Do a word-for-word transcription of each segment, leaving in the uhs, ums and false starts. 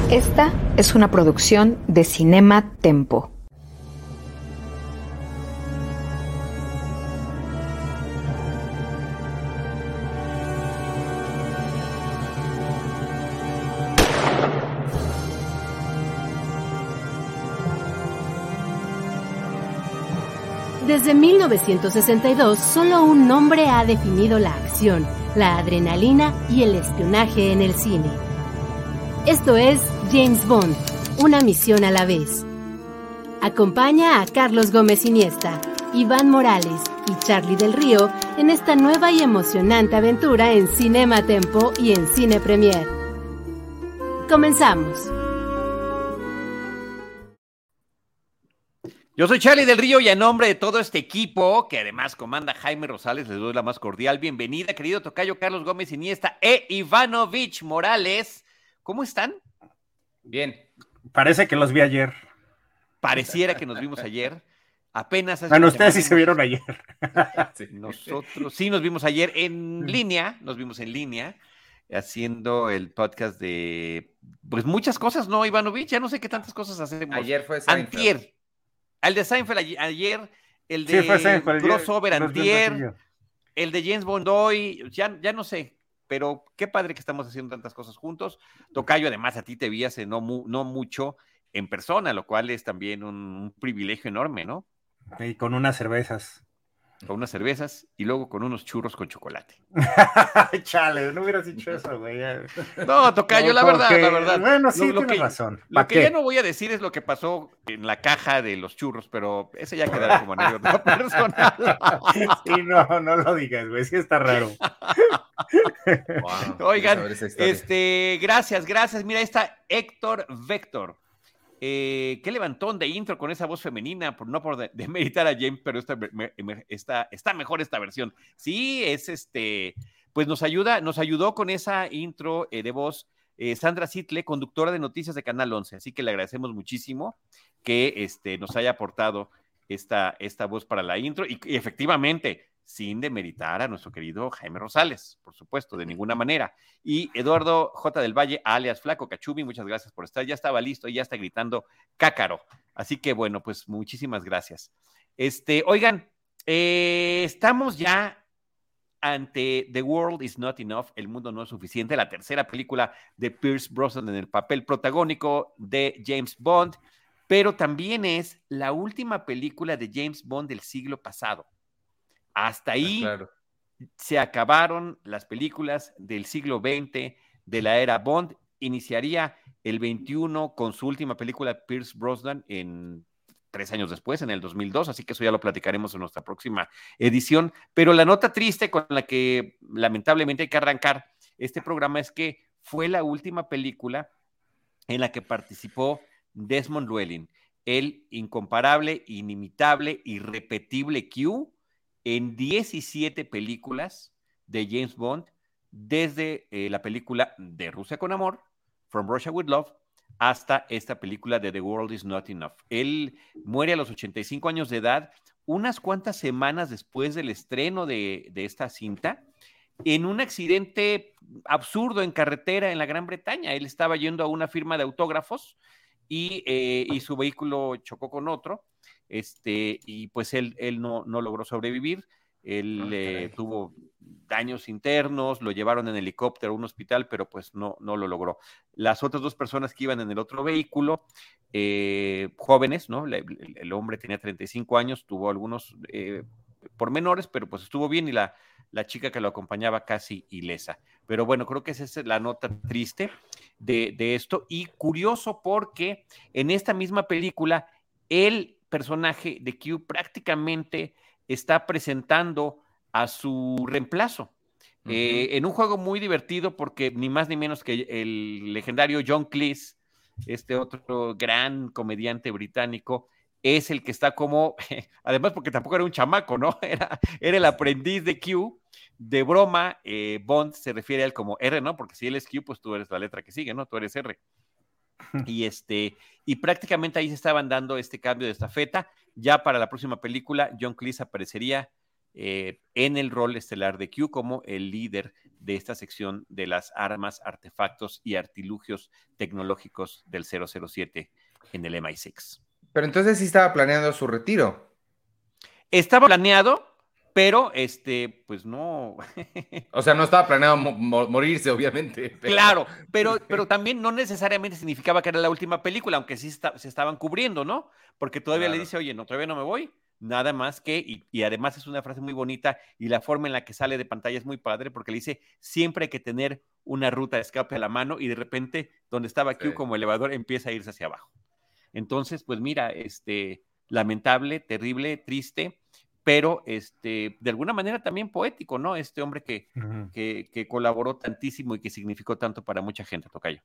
Esta es una producción de Cinema Tempo. Desde mil novecientos sesenta y dos, solo un nombre ha definido la acción, la adrenalina y el espionaje en el cine. Esto es James Bond, una misión a la vez. Acompaña a Carlos Gómez Iniesta, Iván Morales y Charlie del Río en esta nueva y emocionante aventura en Cinema Tempo y en Cine Premier. Comenzamos. Yo soy Charlie del Río y en nombre de todo este equipo, que además comanda Jaime Rosales, les doy la más cordial bienvenida, querido tocayo Carlos Gómez Iniesta e Ivanovich Morales. ¿Cómo están? Bien. Parece que los vi ayer. Pareciera que nos vimos ayer. Apenas hace Bueno, una ustedes sí semana se vieron ayer. Sí. Nosotros sí nos vimos ayer en línea, nos vimos en línea, haciendo el podcast de, pues muchas cosas, ¿no, Ivanovich? Ya no sé qué tantas cosas hacemos. Ayer fue Seinfeld. Antier. El de Seinfeld ayer, ayer el de Sí, fue Seinfeld, Crossover ayer, antier, el de James Bond hoy, ya, ya no sé. Pero qué padre que estamos haciendo tantas cosas juntos. Tocayo, además, a ti te vi hace no, mu no mucho en persona, lo cual es también un, un privilegio enorme, ¿no? Y con unas cervezas. Con unas cervezas y luego con unos churros con chocolate. Chale, no hubieras dicho eso, güey. No, Tocayo, no, la verdad, que... la verdad. Bueno, sí, lo, lo tienes que, razón. Lo que qué? ya no voy a decir es lo que pasó en la caja de los churros, pero ese ya quedará como anécdota personal. Sí, no, no lo digas, güey, sí está raro. Wow, oigan, este, gracias, gracias. Mira, ahí está Héctor Vector. Eh, qué levantón de intro con esa voz femenina, por no por demeritar de a James, pero esta, me, me, está, está mejor esta versión. Sí, es este, pues nos ayuda, nos ayudó con esa intro eh, de voz eh, Sandra Sitle, conductora de noticias de Canal once, así que le agradecemos muchísimo que este, nos haya aportado esta, esta voz para la intro y, y efectivamente, sin demeritar a nuestro querido Jaime Rosales, por supuesto, de ninguna manera. Y Eduardo J. del Valle, alias Flaco Cachumi, muchas gracias por estar. Ya estaba listo y ya está gritando cácaro. Así que, bueno, pues muchísimas gracias. Este, oigan, eh, estamos ya ante The World is Not Enough, El Mundo No es Suficiente, la tercera película de Pierce Brosnan en el papel protagónico de James Bond, pero también es la última película de James Bond del siglo pasado. Hasta ahí ah, claro. se acabaron las películas del siglo veinte, de la era Bond. Iniciaría el veintiuno con su última película, Pierce Brosnan, en tres años después, en el dos mil dos, así que eso ya lo platicaremos en nuestra próxima edición. Pero la nota triste con la que lamentablemente hay que arrancar este programa es que fue la última película en la que participó Desmond Llewellyn, el incomparable, inimitable, irrepetible Q, en diecisiete películas de James Bond, desde eh, la película de Rusia con Amor, From Russia with Love, hasta esta película de The World is Not Enough. Él muere a los ochenta y cinco años de edad, unas cuantas semanas después del estreno de, de esta cinta, en un accidente absurdo en carretera en la Gran Bretaña. Él estaba yendo a una firma de autógrafos y, eh, y su vehículo chocó con otro. Este, y pues él, él no, no logró sobrevivir, él eh, tuvo daños internos, lo llevaron en helicóptero a un hospital, pero pues no, no lo logró. Las otras dos personas que iban en el otro vehículo, eh, jóvenes, ¿no? El, el hombre tenía treinta y cinco años, tuvo algunos eh, pormenores, pero pues estuvo bien y la, la chica que lo acompañaba casi ilesa. Pero bueno, creo que esa es la nota triste de, de esto y curioso porque en esta misma película, él personaje de Q prácticamente está presentando a su reemplazo uh-huh. eh, en un juego muy divertido porque ni más ni menos que el legendario John Cleese, este otro gran comediante británico, es el que está como, además porque tampoco era un chamaco, ¿no? Era, era el aprendiz de Q, de broma, eh, Bond se refiere a él como R, ¿no? Porque si él es Q, pues tú eres la letra que sigue, ¿no? Tú eres R. Y, este, y prácticamente ahí se estaban dando este cambio de estafeta. Ya para la próxima película, John Cleese aparecería eh, en el rol estelar de Q como el líder de esta sección de las armas, artefactos y artilugios tecnológicos del cero cero siete en el M I seis. Pero entonces sí estaba planeando su retiro. Estaba planeado, pero este, pues no. O sea, no estaba planeado mo mo morirse, obviamente. Pero... Claro, pero, pero también no necesariamente significaba que era la última película, aunque sí está, se estaban cubriendo, ¿no? Porque todavía claro. le dice, oye, no, todavía no me voy. Nada más que, y, y además es una frase muy bonita, y la forma en la que sale de pantalla es muy padre, porque le dice, siempre hay que tener una ruta de escape a la mano, y de repente, donde estaba Q sí. como elevador, empieza a irse hacia abajo. Entonces, pues mira, este, lamentable, terrible, triste, pero este, de alguna manera también poético, ¿no? Este hombre que, uh-huh. que, que colaboró tantísimo y que significó tanto para mucha gente, Tocayo.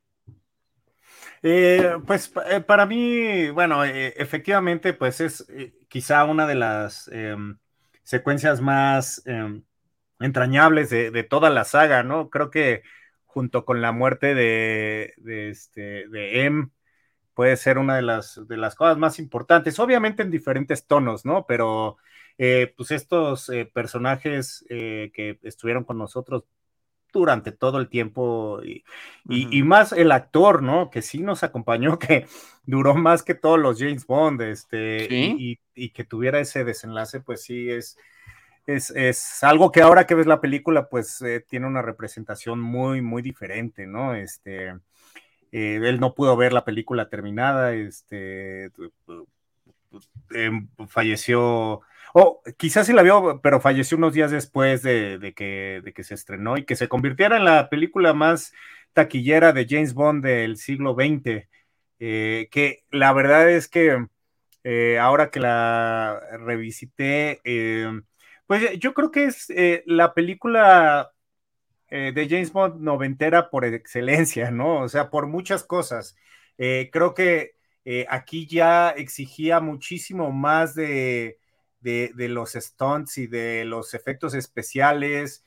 Eh, pues eh, para mí, bueno, eh, efectivamente, pues es eh, quizá una de las eh, secuencias más eh, entrañables de, de toda la saga, ¿no? Creo que junto con la muerte de, de, este, de M, puede ser una de las, de las cosas más importantes, obviamente en diferentes tonos, ¿no? Pero eh, pues estos eh, personajes eh, que estuvieron con nosotros durante todo el tiempo y, y, uh-huh. y más el actor, ¿no? Que sí nos acompañó, que duró más que todos los James Bond, este, ¿sí? y, y, y que tuviera ese desenlace, pues sí, es, es, es algo que ahora que ves la película, pues eh, tiene una representación muy, muy diferente, ¿no? Este, eh, él no pudo ver la película terminada, este, eh, falleció... Oh, quizás sí la vio, pero falleció unos días después de, de, que, de que se estrenó y que se convirtiera en la película más taquillera de James Bond del siglo veinte, eh, que la verdad es que eh, ahora que la revisité, eh, pues yo creo que es eh, la película eh, de James Bond noventera por excelencia, ¿no? O sea, por muchas cosas. Eh, creo que eh, aquí ya exigía muchísimo más de... De, de los stunts y de los efectos especiales.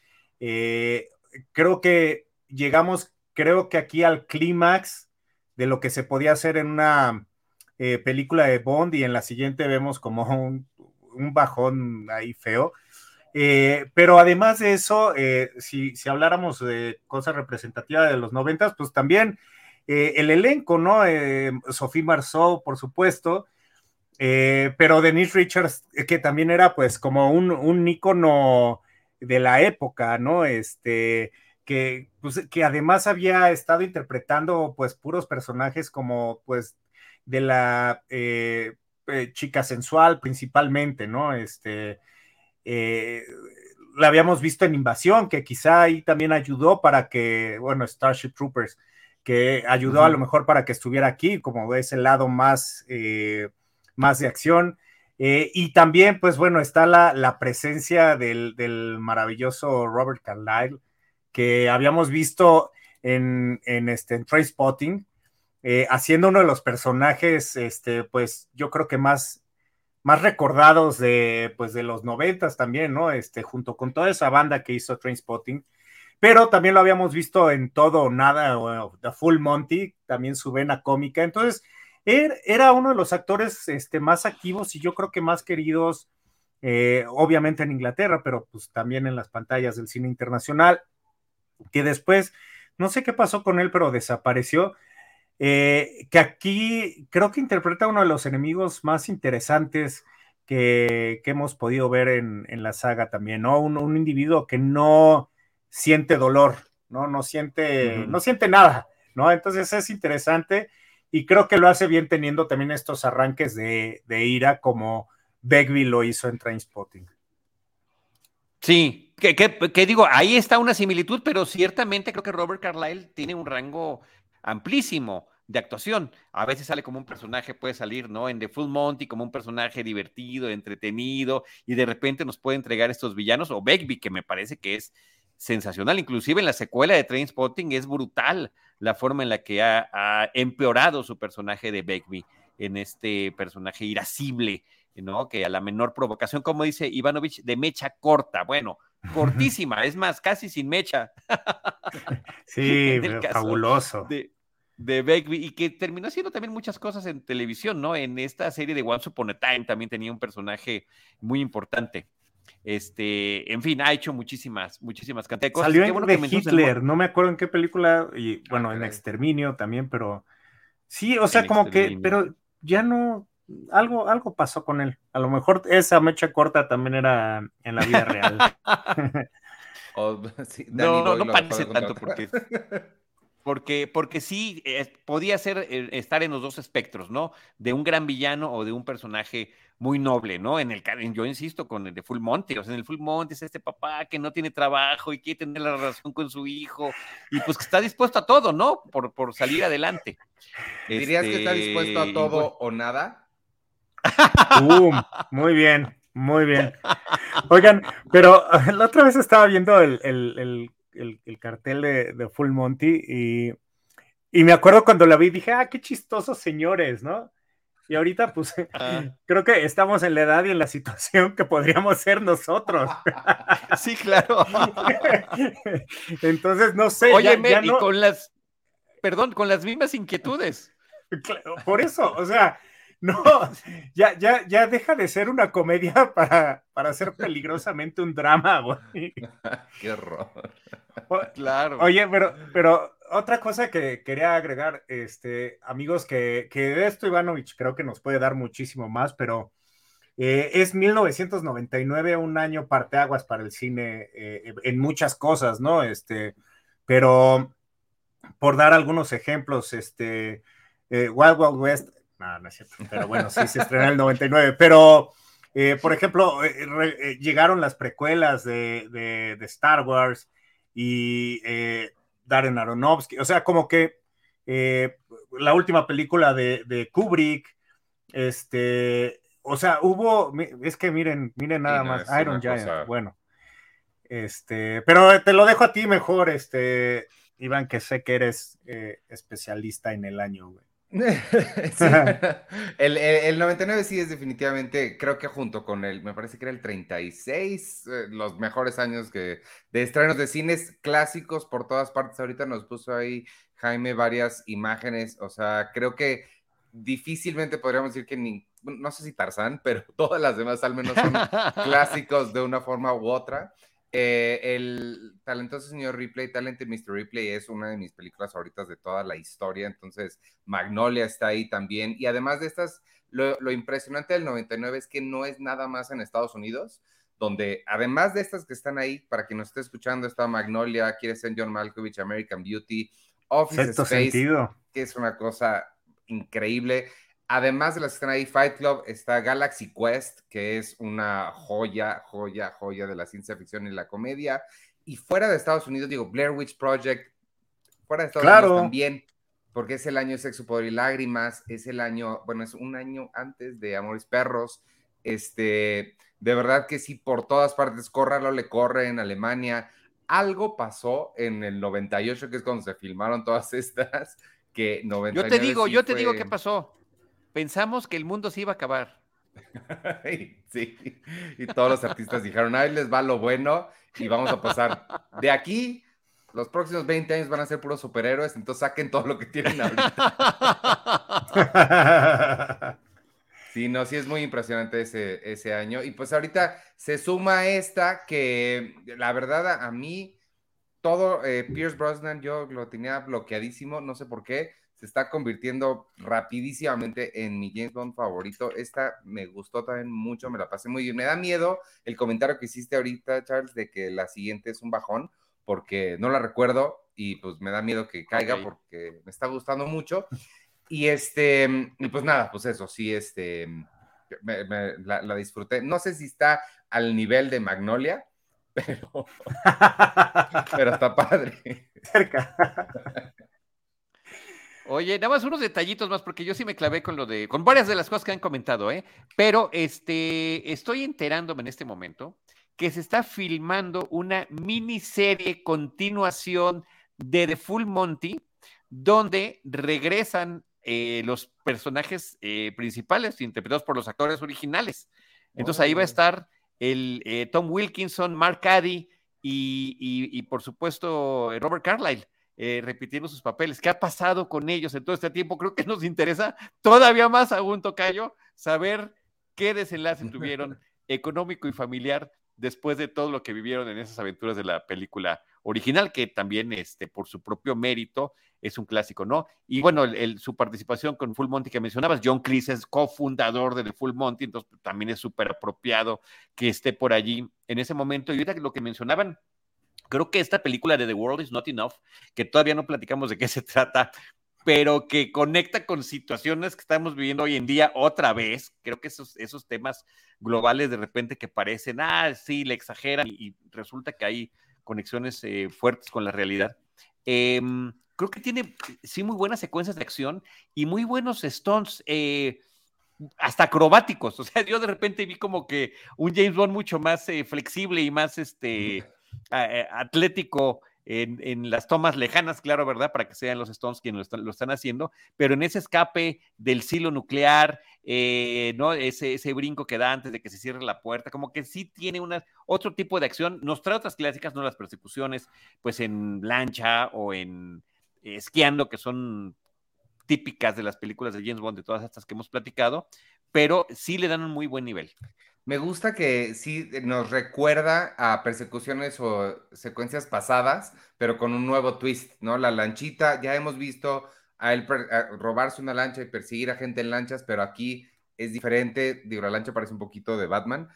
Eh, creo que llegamos, creo que aquí al clímax de lo que se podía hacer en una eh, película de Bond, y en la siguiente vemos como un, un bajón ahí feo. Eh, pero además de eso, eh, si, si habláramos de cosas representativas de los noventas, pues también eh, el elenco, ¿no? Eh, Sophie Marceau, por supuesto, Eh, pero Denise Richards, que también era pues como un, un ícono de la época, ¿no? Este, que, pues, que además había estado interpretando pues puros personajes como pues de la eh, eh, chica sensual principalmente, ¿no? Este, eh, la habíamos visto en Invasión, que quizá ahí también ayudó para que, bueno, Starship Troopers, que ayudó uh-huh. a lo mejor para que estuviera aquí, como de ese lado más... Eh, más de acción, eh, y también, pues bueno, está la, la presencia del, del maravilloso Robert Carlyle, que habíamos visto en, en, este, en Trainspotting, eh, haciendo uno de los personajes, este, pues yo creo que más, más recordados de, pues, de los noventas también, ¿no? Este, junto con toda esa banda que hizo Trainspotting, pero también lo habíamos visto en Todo o Nada, o The Full Monty, también su vena cómica. Entonces era uno de los actores este, más activos y yo creo que más queridos, eh, obviamente en Inglaterra, pero pues también en las pantallas del cine internacional, que después, no sé qué pasó con él, pero desapareció, eh, que aquí creo que interpreta uno de los enemigos más interesantes que, que hemos podido ver en, en la saga también, ¿no? Un, un individuo que no siente dolor, ¿no? No siente, uh-huh. no siente nada, ¿no? Entonces es interesante. Y creo que lo hace bien teniendo también estos arranques de, de ira como Begbie lo hizo en Trainspotting. Sí, que, que, que digo, ahí está una similitud, pero ciertamente creo que Robert Carlyle tiene un rango amplísimo de actuación. A veces sale como un personaje, puede salir, ¿no? En The Full Monty como un personaje divertido, entretenido, y de repente nos puede entregar estos villanos, o Begbie, que me parece que es sensacional. Inclusive en la secuela de Trainspotting es brutal la forma en la que ha, ha empeorado su personaje de Begbie en este personaje irascible, ¿no? Que a la menor provocación, como dice Ivanovich, de mecha corta, bueno, cortísima, es más, casi sin mecha. Sí, fabuloso. De, de Begbie, y que terminó haciendo también muchas cosas en televisión, ¿no? En esta serie de Once Upon a Time también tenía un personaje muy importante. Este, en fin, ha hecho muchísimas, muchísimas cantidad de cosas. Salió Qué en bueno de que mencionas el Hitler, humor. no me acuerdo en qué película, y bueno, Ah, en caray. Exterminio también, pero sí, o sea, En como que, Exterminio. pero ya no, algo, algo pasó con él. A lo mejor esa mecha corta también era en la vida real. O, sí, Danny No, no, Boy no lo acaba parece de tanto contratar. porque Porque, porque sí, eh, podía ser eh, estar en los dos espectros, ¿no? De un gran villano o de un personaje muy noble, ¿no? En el ca- en- yo insisto con el de Full Monty, o sea, en el Full Monty es este papá que no tiene trabajo y quiere tener la relación con su hijo y pues que está dispuesto a todo, ¿no? Por, por salir adelante. ¿Dirías que está dispuesto Este, a y bueno. todo o nada? ¡Pum! Muy bien, muy bien. Oigan, pero la otra vez estaba viendo el, el, el, el, el cartel de, de Full Monty y, y me acuerdo cuando la vi, dije, ah, qué chistosos señores, ¿no? Y ahorita, pues, Ah, creo que estamos en la edad y en la situación que podríamos ser nosotros. sí, claro. Entonces, no sé, Oye, ya, ya Mer, y no, con las, perdón, con las mismas inquietudes. por eso, o sea, no, ya, ya, ya deja de ser una comedia para, para ser peligrosamente un drama, güey. Qué horror. Claro. Oye, pero, pero otra cosa que quería agregar, este, amigos, que, que de esto Ivanovich creo que nos puede dar muchísimo más, pero eh, es mil novecientos noventa y nueve un año parteaguas para el cine eh, en muchas cosas, ¿no? Este, pero por dar algunos ejemplos, este, eh, Wild Wild West, no, no es cierto, pero bueno, sí se estrenó en el noventa y nueve, pero eh, por ejemplo, eh, re, eh, llegaron las precuelas de, de, de Star Wars y eh, Darren Aronofsky, o sea, como que eh, la última película de, de Kubrick, este, o sea, hubo, es que miren, miren nada Sí, no, más, es Iron una Giant, cosa. bueno, este, pero te lo dejo a ti mejor, este, Iván, que sé que eres eh, especialista en el año, güey. Sí, bueno, el, el, el noventa y nueve sí es definitivamente, creo que junto con el, me parece que era el treinta y seis, eh, los mejores años que, de estrenos de cines clásicos por todas partes. Ahorita nos puso ahí Jaime varias imágenes, o sea, creo que difícilmente podríamos decir que ni, no sé si Tarzán, pero todas las demás al menos son clásicos de una forma u otra. Eh, el talentoso señor Ripley, Talented mister Ripley, es una de mis películas favoritas de toda la historia, entonces Magnolia está ahí también, y además de estas, lo, lo impresionante del noventa y nueve es que no es nada más en Estados Unidos, donde además de estas que están ahí, para quien nos esté escuchando, está Magnolia, Quiere ser John Malkovich, American Beauty, Office Sexto Space, sentido. que es una cosa increíble. Además de las que están ahí, Fight Club, está Galaxy Quest, que es una joya, joya, joya de la ciencia ficción y la comedia. Y fuera de Estados Unidos, digo, Blair Witch Project, fuera de Estados Claro. Unidos también, porque es el año de Sexo, Poder y Lágrimas, es el año, bueno, es un año antes de Amores Perros. Este, de verdad que sí, por todas partes, Córralo, le corre en Alemania. Algo pasó en el noventa y ocho, que es cuando se filmaron todas estas, que noventa y nueve Yo te digo, sí yo te fue... digo qué pasó. Pensamos que el mundo se iba a acabar. Sí, y todos los artistas dijeron, ahí les va lo bueno y vamos a pasar de aquí, los próximos veinte años van a ser puros superhéroes, entonces saquen todo lo que tienen ahorita. Sí, no, sí es muy impresionante ese, ese año. Y pues ahorita se suma esta que la verdad a, a mí, todo eh, Pierce Brosnan yo lo tenía bloqueadísimo, no sé por qué. Se está convirtiendo rapidísimamente en mi James Bond favorito. Esta me gustó también mucho, me la pasé muy bien. Me da miedo el comentario que hiciste ahorita, Charles, de que la siguiente es un bajón, porque no la recuerdo y pues me da miedo que caiga, okay, porque me está gustando mucho. Y este, y pues nada, pues eso, sí, este, me, me, la, la disfruté. No sé si está al nivel de Magnolia, pero, pero está padre. Cerca. Oye, nada más unos detallitos más, porque yo sí me clavé con lo de, con varias de las cosas que han comentado, ¿eh? Pero este, estoy enterándome en este momento que se está filmando una miniserie continuación de The Full Monty, donde regresan eh, los personajes eh, principales interpretados por los actores originales. Entonces oh, ahí va a estar el eh, Tom Wilkinson, Mark Addy y, y, y por supuesto Robert Carlyle. Eh, repitiendo sus papeles. ¿Qué ha pasado con ellos en todo este tiempo? Creo que nos interesa todavía más aún, tocayo, saber qué desenlace tuvieron económico y familiar después de todo lo que vivieron en esas aventuras de la película original, que también este, por su propio mérito es un clásico, ¿no? Y bueno, el, el, su participación con Full Monty que mencionabas, John Cleese es cofundador de Full Monty, entonces también es súper apropiado que esté por allí en ese momento. Y ahorita lo que mencionaban, creo que esta película de The World Is Not Enough, que todavía no platicamos de qué se trata, pero que conecta con situaciones que estamos viviendo hoy en día otra vez. Creo que esos, esos temas globales de repente que parecen, ah, sí, le exageran, y, y resulta que hay conexiones eh, fuertes con la realidad. Eh, creo que tiene, sí, muy buenas secuencias de acción y muy buenos stunts, eh, hasta acrobáticos. O sea, yo de repente vi como que un James Bond mucho más eh, flexible y más este, a, a, atlético en, en las tomas lejanas, claro, ¿verdad? Para que sean los Stones quienes lo están, lo están haciendo, pero en ese escape del silo nuclear, eh, ¿no? Ese, ese brinco que da antes de que se cierre la puerta, como que sí tiene una, otro tipo de acción. Nos trae otras clásicas, ¿no? Las persecuciones, pues en lancha o en eh, esquiando, que son típicas de las películas de James Bond, de todas estas que hemos platicado, pero sí le dan un muy buen nivel. Me gusta que sí nos recuerda a persecuciones o secuencias pasadas, pero con un nuevo twist, ¿no? La lanchita, ya hemos visto a él a robarse una lancha y perseguir a gente en lanchas, pero aquí es diferente. Digo, la lancha parece un poquito de Batman.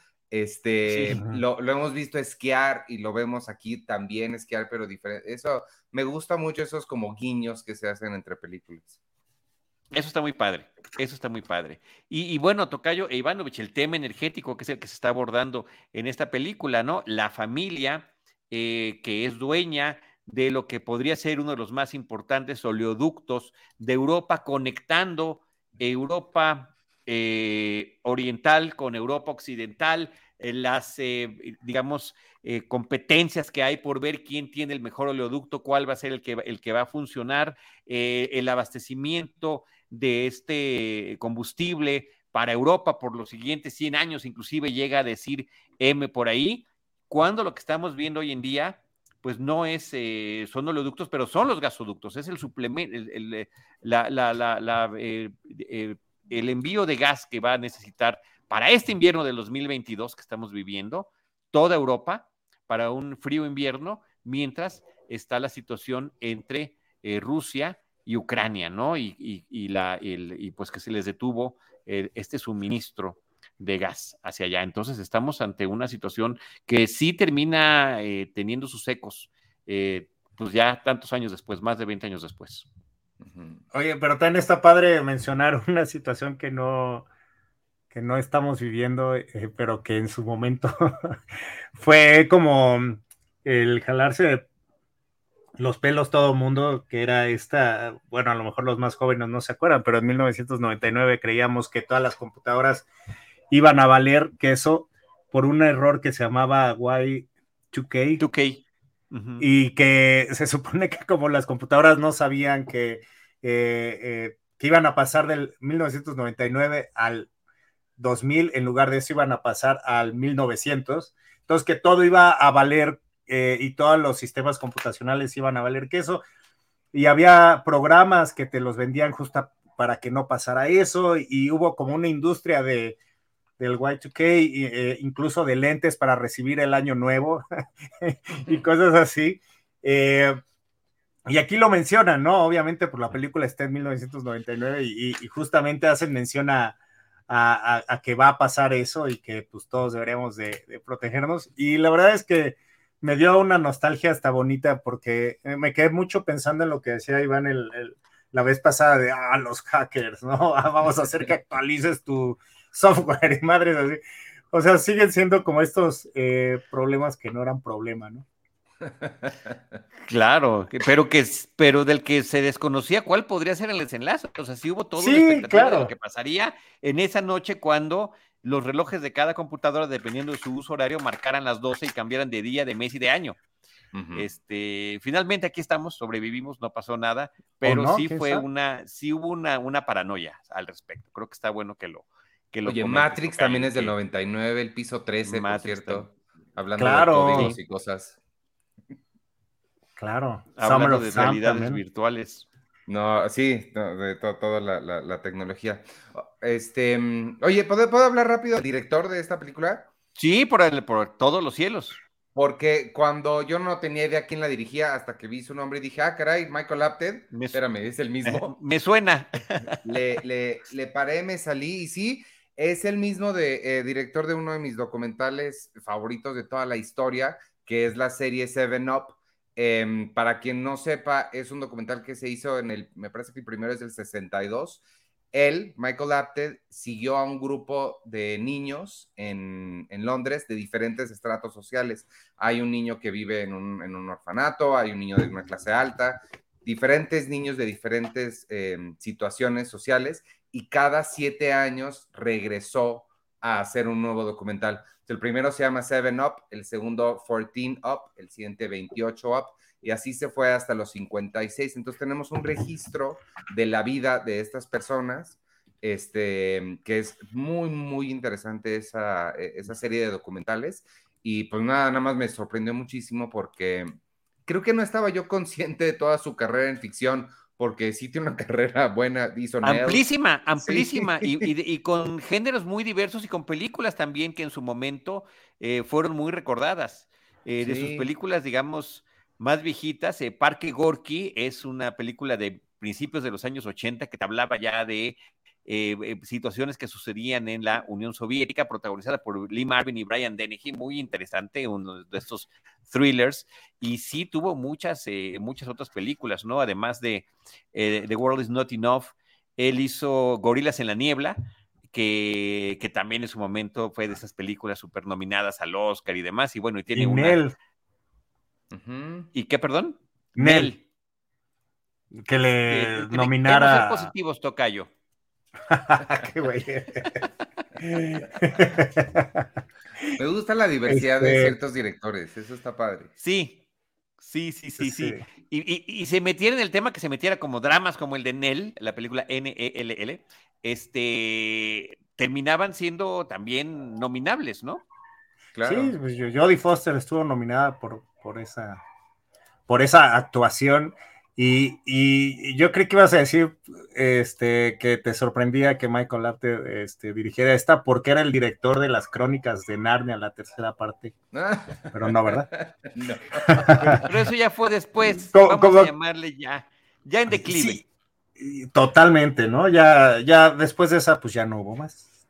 Este, sí. lo, lo hemos visto esquiar y lo vemos aquí también esquiar, pero diferente. Eso, me gusta mucho esos como guiños que se hacen entre películas. Eso está muy padre, eso está muy padre. Y, y bueno, Tocayo e Ivanovich, el tema energético que es el que se está abordando en esta película, ¿no? La familia eh, que es dueña de lo que podría ser uno de los más importantes oleoductos de Europa, conectando Europa eh, oriental con Europa occidental, eh, las, eh, digamos, eh, competencias que hay por ver quién tiene el mejor oleoducto, cuál va a ser el que, el que va a funcionar, eh, el abastecimiento de este combustible para Europa por los siguientes cien años, inclusive llega a decir M por ahí, cuando lo que estamos viendo hoy en día, pues no es, eh, son oleoductos, pero son los gasoductos, es el suplemento, el, el, la, la, la, la, eh, eh, el envío de gas que va a necesitar para este invierno del dos mil veintidós que estamos viviendo, toda Europa, para un frío invierno, mientras está la situación entre eh, Rusia y Ucrania, ¿no? Y, y, y, la, el, y pues que se les detuvo eh, este suministro de gas hacia allá. Entonces estamos ante una situación que sí termina eh, teniendo sus ecos, eh, pues ya tantos años después, más de veinte años después. Oye, pero también está padre mencionar una situación que no, que no estamos viviendo, eh, pero que en su momento fue como el jalarse de los pelos todo mundo, que era esta, bueno, a lo mejor los más jóvenes no se acuerdan, pero en mil novecientos noventa y nueve creíamos que todas las computadoras iban a valer queso por un error que se llamaba Y dos K. dos K. Uh-huh. Y que se supone que como las computadoras no sabían que, eh, eh, que iban a pasar del mil novecientos noventa y nueve al dos mil, en lugar de eso iban a pasar al mil novecientos, entonces que todo iba a valer Eh, y todos los sistemas computacionales iban a valer queso, y había programas que te los vendían justo para que no pasara eso, y, y hubo como una industria de, del Y dos K, y, eh, incluso de lentes para recibir el año nuevo, y cosas así. Eh, y aquí lo mencionan, ¿no? Obviamente por la película está en mil novecientos noventa y nueve, y, y justamente hacen mención a, a, a, a que va a pasar eso, y que pues todos deberíamos de, de protegernos, y la verdad es que me dio una nostalgia hasta bonita, porque me quedé mucho pensando en lo que decía Iván el, el, la vez pasada de, ah, los hackers, ¿no? Ah, vamos a hacer que actualices tu software y madres así. O sea, siguen siendo como estos eh, problemas que no eran problema, ¿no? Claro, pero que pero del que se desconocía cuál podría ser el desenlace. O sea, sí hubo todo sí, una expectativa claro. de lo que pasaría en esa noche cuando los relojes de cada computadora, dependiendo de su uso horario, marcaran las doce y cambiaran de día, de mes y de año. Uh-huh. Este, finalmente aquí estamos, sobrevivimos, no pasó nada, pero no, sí fue sabe? una, sí hubo una, una paranoia al respecto. Creo que está bueno que lo que lo Oye, Matrix también es del noventa y nueve, el piso trece, Matrix, por cierto, también. Hablando claro. de códigos sí. y cosas. Claro. Hablando Summer de realidades también. virtuales. No, sí, no, de to toda la, la, la tecnología. Este, oye, ¿puedo, ¿puedo hablar rápido del director de esta película? Sí, por, el, por todos los cielos. Porque cuando yo no tenía idea quién la dirigía, hasta que vi su nombre y dije, ah, caray, Michael Apted, me espérame, es el mismo. Me suena. le, le, le paré, me salí, y sí, es el mismo de, eh, director de uno de mis documentales favoritos de toda la historia, que es la serie Seven Up. Eh, para quien no sepa, es un documental que se hizo en el, me parece que el primero es del sesenta y dos. Él, Michael Apted, siguió a un grupo de niños en, en Londres de diferentes estratos sociales. Hay un niño que vive en un, en un orfanato, hay un niño de una clase alta, diferentes niños de diferentes eh, situaciones sociales, y cada siete años regresó a hacer un nuevo documental. El primero se llama Seven Up, el segundo Fourteen Up, el siguiente veintiocho Up, y así se fue hasta los cincuenta y seis. Entonces tenemos un registro de la vida de estas personas, este, que es muy, muy interesante esa, esa serie de documentales. Y pues nada, nada más me sorprendió muchísimo porque creo que no estaba yo consciente de toda su carrera en ficción, porque sí tiene una carrera buena, hizo amplísima, Nell. amplísima, sí. y, y, y con géneros muy diversos y con películas también que en su momento eh, fueron muy recordadas. Eh, sí. De sus películas, digamos, más viejitas, eh, Parque Gorky es una película de principios de los años ochenta que te hablaba ya de eh, eh, situaciones que sucedían en la Unión Soviética, protagonizada por Lee Marvin y Brian Dennehy, muy interesante, uno de estos thrillers, y sí tuvo muchas, eh, muchas otras películas, ¿no? Además de eh, The World Is Not Enough, él hizo Gorilas en la Niebla, que, que también en su momento fue de esas películas super nominadas al Oscar y demás, y bueno, y tiene y una... Nell. Uh-huh. ¿Y qué, perdón? Nell. Nell. Que le eh, nominara... Queremos ser positivos, tocayo. Qué güey. Me gusta la diversidad este... de ciertos directores, eso está padre. Sí, sí, sí, sí, sí. sí. Y, y, y se metiera en el tema que se metiera como dramas como el de Nell, la película N E L L, este, terminaban siendo también nominables, ¿no? Claro. Sí, pues Jodie Foster estuvo nominada por, por, esa, por esa actuación. Y, y yo creí que ibas a decir este, que te sorprendía que Michael Apted este, dirigiera esta porque era el director de las Crónicas de Narnia, la tercera parte. Pero no, ¿verdad? No. Pero eso ya fue después. ¿Cómo, Vamos cómo? a llamarle ya. Ya en declive. Sí, totalmente, ¿no? Ya, ya después de esa, pues ya no hubo más.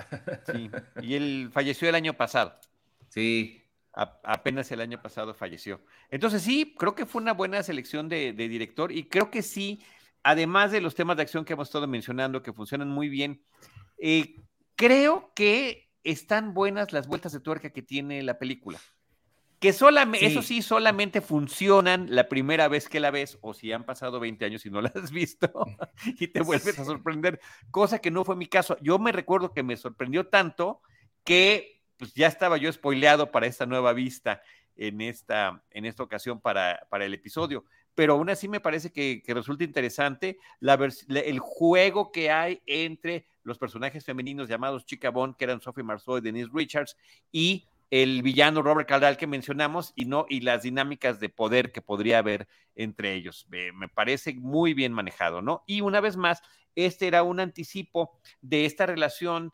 Sí. Y él falleció el año pasado. Sí. A, apenas el año pasado falleció. Entonces sí, creo que fue una buena selección de, de director y creo que sí, además de los temas de acción que hemos estado mencionando, que funcionan muy bien, eh, creo que están buenas las vueltas de tuerca que tiene la película. Que solamente, sí. Eso sí, solamente funcionan la primera vez que la ves, o si han pasado veinte años y no la has visto, y te vuelves a sorprender, cosa que no fue mi caso. Yo me recuerdo que me sorprendió tanto que pues ya estaba yo spoileado para esta nueva vista en esta, en esta ocasión para, para el episodio, pero aún así me parece que, que resulta interesante la la, el juego que hay entre los personajes femeninos llamados Chica Bond, que eran Sophie Marceau y Denise Richards, y el villano Robert Caldal que mencionamos, y, no, y las dinámicas de poder que podría haber entre ellos. Me, me parece muy bien manejado, ¿no? Y una vez más, este era un anticipo de esta relación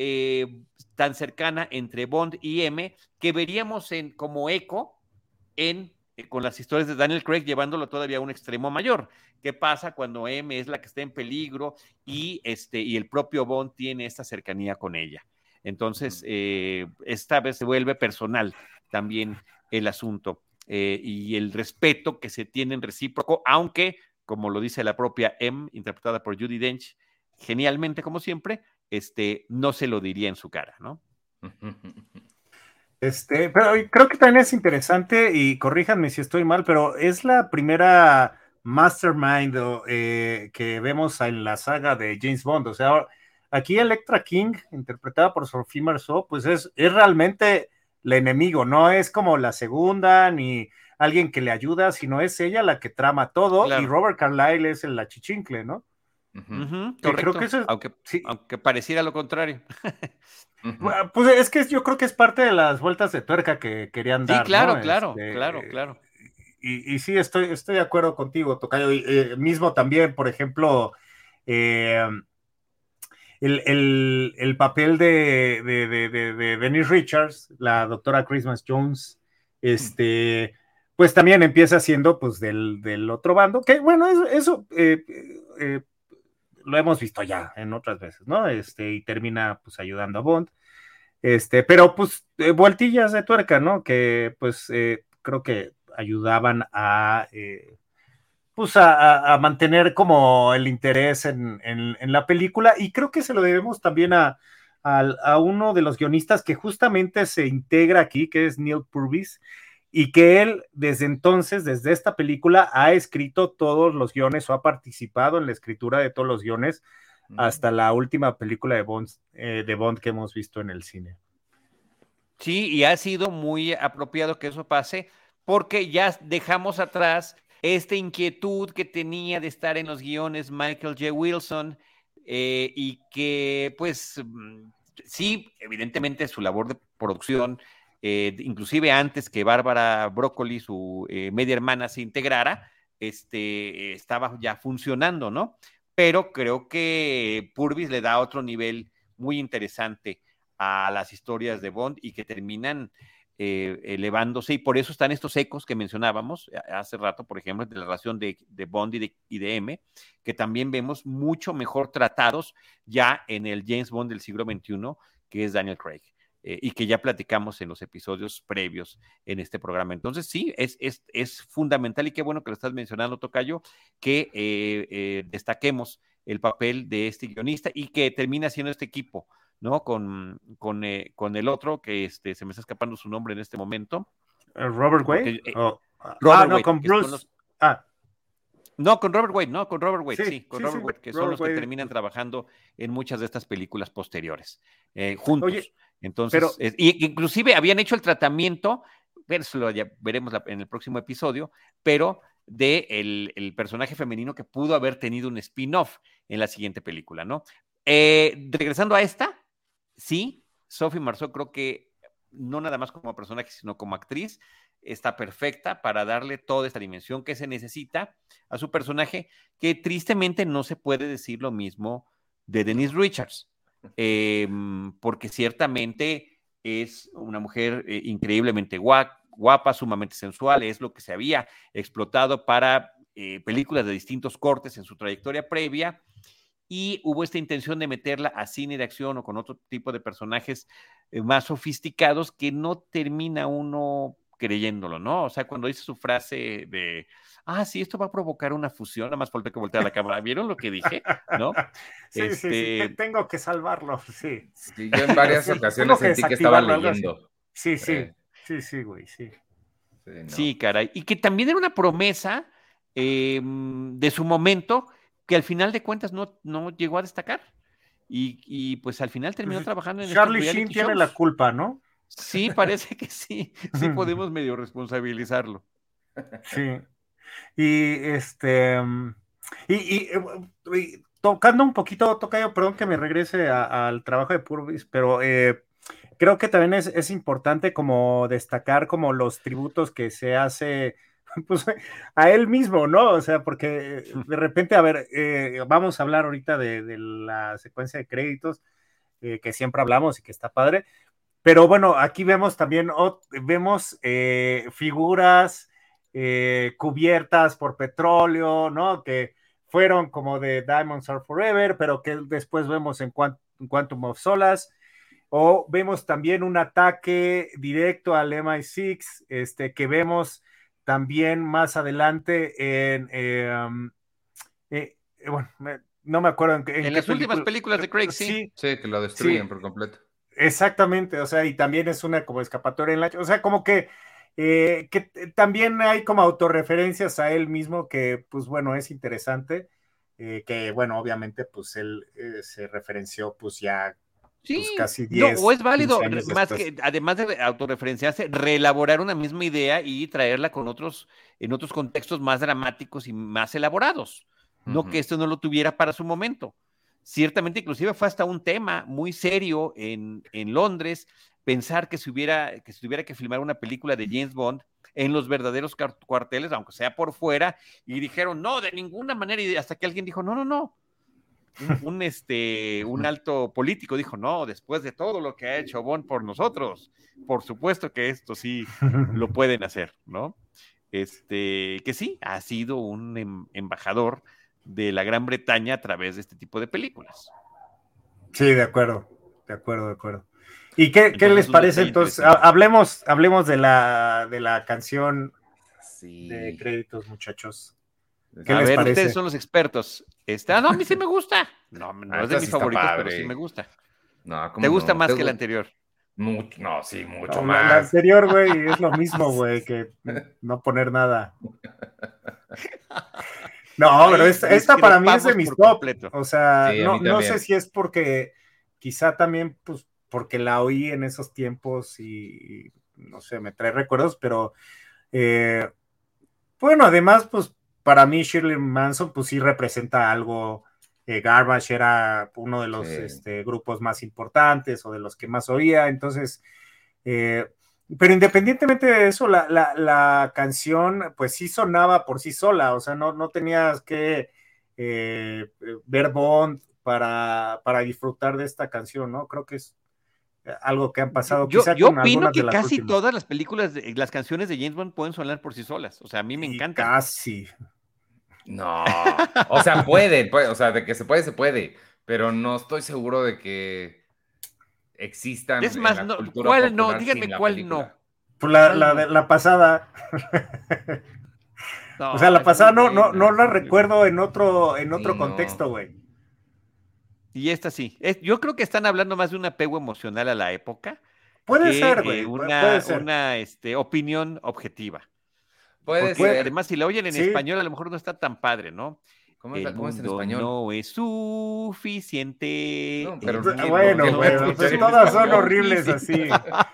Eh, tan cercana entre Bond y M, que veríamos en, como eco en, eh, con las historias de Daniel Craig, llevándolo todavía a un extremo mayor. ¿Qué pasa cuando M es la que está en peligro y, este, y el propio Bond tiene esta cercanía con ella? Entonces, eh, esta vez se vuelve personal también el asunto eh, y el respeto que se tiene en recíproco, aunque, como lo dice la propia M, interpretada por Judi Dench, genialmente como siempre, este, no se lo diría en su cara, ¿no? Este, pero creo que también es interesante, y corríjanme si estoy mal, pero es la primera mastermind eh, que vemos en la saga de James Bond. O sea, aquí Electra King, interpretada por Sophie Marceau, pues es, es realmente el enemigo, no es como la segunda, ni alguien que le ayuda, sino es ella la que trama todo, claro. Y Robert Carlyle es el achichincle, ¿no? Uh-huh. Uh-huh, creo que eso es, aunque, sí. aunque pareciera lo contrario. Uh-huh. Pues es que yo creo que es parte de las vueltas de tuerca que querían dar. Sí, claro, ¿no? claro, este, claro, claro. Y, y sí, estoy, estoy de acuerdo contigo, Tocayo. Y, eh, mismo también, por ejemplo, eh, el, el, el papel de, de, de, de, de Denise Richards, la doctora Christmas Jones, este, pues también empieza siendo pues del, del otro bando, que bueno, eso, eso eh, eh, lo hemos visto ya en otras veces, ¿no? Este, y termina pues ayudando a Bond, este, pero pues eh, vueltillas de tuerca, ¿no? Que pues eh, creo que ayudaban a... Eh, pues a, a, mantener como el interés en, en, en, la película, y creo que se lo debemos también a, a, a uno de los guionistas que justamente se integra aquí, que es Neil Purvis, y que él desde entonces, desde esta película, ha escrito todos los guiones o ha participado en la escritura de todos los guiones hasta la última película de Bond, eh, de Bond que hemos visto en el cine. Sí, y ha sido muy apropiado que eso pase, porque ya dejamos atrás esta inquietud que tenía de estar en los guiones Michael J. Wilson, eh, y que pues sí, evidentemente su labor de producción, eh, inclusive antes que Bárbara Broccoli, su eh, media hermana, se integrara, este, estaba ya funcionando, ¿no? Pero creo que Purvis le da otro nivel muy interesante a las historias de Bond y que terminan Eh, elevándose, y por eso están estos ecos que mencionábamos hace rato, por ejemplo, de la relación de, de Bond y de, y de M, que también vemos mucho mejor tratados ya en el James Bond del siglo veintiuno, que es Daniel Craig, eh, y que ya platicamos en los episodios previos en este programa. Entonces sí, es, es, es fundamental, y qué bueno que lo estás mencionando, Tocayo, que eh, eh, destaquemos el papel de este guionista y que termina siendo este equipo, ¿no? Con, con, eh, con el otro, que este, se me está escapando su nombre en este momento. ¿Robert Wade? Porque, eh, oh. Robert ah, no, Wade, con Bruce. Los... Ah. No, con Robert Wade, no, con Robert Wade, sí, sí con sí, Robert sí, Wade, que Robert son los Wade. que terminan trabajando en muchas de estas películas posteriores, eh, juntos. Oye, entonces, pero... eh, y inclusive habían hecho el tratamiento, eso lo ya veremos la, en el próximo episodio, pero de el, el personaje femenino que pudo haber tenido un spin-off en la siguiente película, ¿no? Eh, regresando a esta, sí, Sophie Marceau creo que no nada más como personaje, sino como actriz, está perfecta para darle toda esta dimensión que se necesita a su personaje, que tristemente no se puede decir lo mismo de Denise Richards, eh, porque ciertamente es una mujer eh, increíblemente guapa, guapa, sumamente sensual, es lo que se había explotado para eh, películas de distintos cortes en su trayectoria previa, y hubo esta intención de meterla a cine de acción o con otro tipo de personajes eh, más sofisticados que no termina uno creyéndolo, ¿no? O sea, cuando dice su frase de, ah, sí, esto va a provocar una fusión, nada más falta que voltear la cámara, ¿vieron lo que dije? ¿No? sí, este... sí, sí, tengo que salvarlo, sí. sí yo en varias ocasiones sentí que, que estaba leyendo. Sí, sí, eh. sí, sí, güey, sí. Sí, no. Sí, caray, y que también era una promesa eh, de su momento, que al final de cuentas no, no llegó a destacar. Y, y pues al final terminó pues, trabajando en Charlie Sheen tiene shows. La culpa, ¿no? Sí, parece que sí. Sí podemos medio responsabilizarlo. Sí. Y este. Y, y, y tocando un poquito, Tocayo, perdón que me regrese a, al trabajo de Purvis, pero eh, creo que también es, es importante como destacar como los tributos que se hace pues a él mismo, ¿no? O sea, porque de repente, a ver, eh, vamos a hablar ahorita de, de la secuencia de créditos, eh, que siempre hablamos y que está padre, pero bueno, aquí vemos también, oh, vemos eh, figuras eh, cubiertas por petróleo, ¿no? Que fueron como de Diamonds Are Forever, pero que después vemos en, Quant en Quantum of Solace, o vemos también un ataque directo al M I seis, este, que vemos también más adelante en, eh, um, eh, bueno, me, no me acuerdo en, en, en las película. últimas películas de Craig, sí. Sí, sí que lo destruyen sí, por completo. Exactamente, o sea, y también es una como escapatoria en la, o sea, como que, eh, que también hay como autorreferencias a él mismo que, pues bueno, es interesante, eh, que bueno, obviamente, pues él eh, se referenció, pues ya Sí, pues casi diez, no, o es válido, más después. que, además de autorreferenciarse, reelaborar una misma idea y traerla con otros, en otros contextos más dramáticos y más elaborados. No uh-huh. que esto no lo tuviera para su momento. Ciertamente, inclusive fue hasta un tema muy serio en, en Londres, pensar que se, hubiera, que se tuviera que filmar una película de James Bond en los verdaderos cuarteles, aunque sea por fuera, y dijeron, no, de ninguna manera, y hasta que alguien dijo, no, no, no, un, un, este, un alto político dijo, no, después de todo lo que ha hecho Bond por nosotros, por supuesto que esto sí lo pueden hacer, ¿no? Este, que sí, ha sido un em, embajador de la Gran Bretaña a través de este tipo de películas. Sí, de acuerdo, de acuerdo, de acuerdo. ¿Y qué, entonces, ¿qué les parece entonces? Hablemos, hablemos de la, de la canción sí. de créditos, muchachos. ¿Qué a les ver, parece? Ustedes son los expertos. Esta, no, a mí sí me gusta. No, no ah, es de mis sí favoritos, pero sí me gusta. No, ¿Te gusta no? más ¿Te que el anterior? Mucho, no, sí, mucho no, más. La anterior, güey, es lo mismo, güey, que no poner nada. No, pero esta, esta para mí es de mis top. Completo. O sea, sí, no, no sé si es porque quizá también, pues, porque la oí en esos tiempos y, y no sé, me trae recuerdos, pero eh, bueno, además, pues, para mí Shirley Manson, pues sí representa algo. Eh, Garbage era uno de los sí. este, grupos más importantes o de los que más oía, entonces, eh, pero independientemente de eso, la, la, la canción pues sí sonaba por sí sola, o sea, no, no tenías que eh, ver Bond para, para disfrutar de esta canción, ¿no? Creo que es algo que han pasado. Yo, quizá yo con opino que de las casi últimas. todas las películas, de, las canciones de James Bond pueden sonar por sí solas, o sea, a mí me encanta. Casi. No, o sea, puede, puede, o sea, de que se puede, se puede, pero no estoy seguro de que existan. Es más, en la no, cultura ¿cuál no? Díganme cuál película. no. Pues la, la, de, la pasada. No, o sea, la pasada no, no, no la recuerdo en otro, en otro sí, contexto, güey. No. Y esta sí. Es, yo creo que están hablando más de un apego emocional a la época. Puede que, ser, güey. Eh, una puede ser. una este, opinión objetiva. Puede Porque ser. Además, si la oyen en sí. español, a lo mejor no está tan padre, ¿no? ¿Cómo es, el ¿cómo es en mundo español? No es suficiente. No, pero el bueno, no, güey, pues, pues todas son horribles así.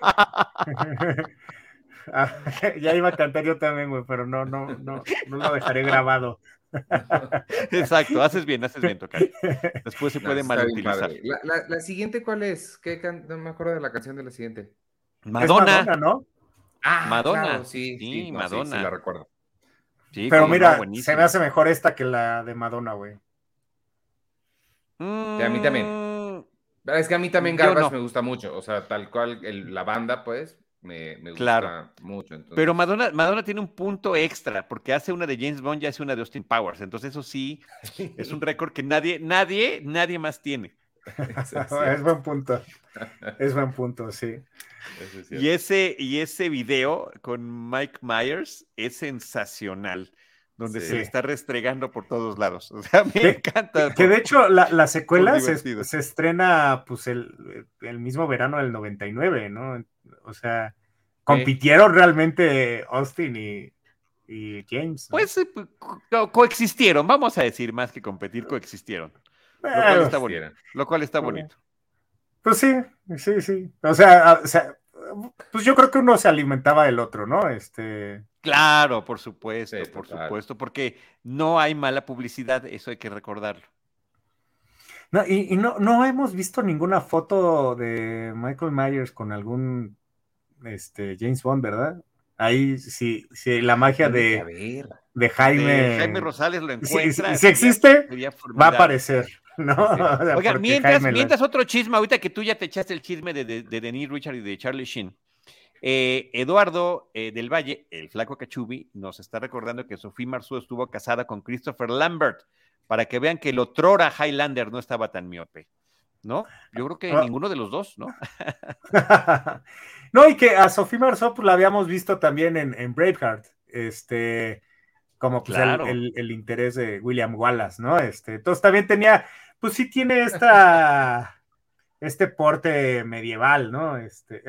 Ah, ya iba a cantar yo también, güey, pero no, no, no, no lo dejaré grabado. Exacto, haces bien, haces bien, Tocayo. Después se puede no, malutilizar. La, la, la siguiente, ¿cuál es? ¿Qué can... No me acuerdo de la canción de la siguiente. Madonna. Es Madonna, ¿no? Ah, Madonna. Claro, sí, sí, sí, no, Madonna. Sí, sí, la recuerdo. Sí, pero mira, no, se me hace mejor esta que la de Madonna, güey. Mm, sí, a mí también. Es que a mí también Garbage no. me gusta mucho. O sea, tal cual el, la banda, pues, me, me gusta claro. mucho. Entonces... Pero Madonna, Madonna tiene un punto extra, porque hace una de James Bond y hace una de Austin Powers. Entonces, eso sí, es un récord que nadie, nadie, nadie más tiene. Es buen punto. Es buen punto, sí. Es y, ese, y ese video con Mike Myers es sensacional, donde sí. se le está restregando por todos lados. O sea, me que, encanta. Que, que de hecho la, la secuela se, se estrena pues el, el mismo verano del noventa y nueve, ¿no? O sea, compitieron ¿Eh? realmente Austin y, y James, ¿no? Pues co coexistieron, vamos a decir, más que competir, coexistieron. Lo cual está bonito. Lo cual está bonito. Pues sí, sí, sí. O sea, o sea, pues yo creo que uno se alimentaba del otro, ¿no? Este. Claro, por supuesto, sí, por total. supuesto, porque no hay mala publicidad, eso hay que recordarlo. No, y, y no, no hemos visto ninguna foto de Michael Myers con algún este, James Bond, ¿verdad? Ahí sí, sí la magia de, de Jaime. De Jaime Rosales lo encuentra. Si, si existe, sería va a aparecer. ¿No? Sí. O sea, oiga, mientras, mientras otro chisme, ahorita que tú ya te echaste el chisme de, de, de Denise Richard y de Charlie Sheen, eh, Eduardo eh, del Valle, el flaco Cachubi, nos está recordando que Sophie Marceau estuvo casada con Christopher Lambert, para que vean que el otrora Highlander no estaba tan miope, ¿no? Yo creo que ah. ninguno de los dos, ¿no? No, y que a Sophie Marceau pues, la habíamos visto también en, en Braveheart, este, como pues claro. el, el, el interés de William Wallace, ¿no? Este, entonces también tenía, pues sí tiene esta, este porte medieval, ¿no? Este.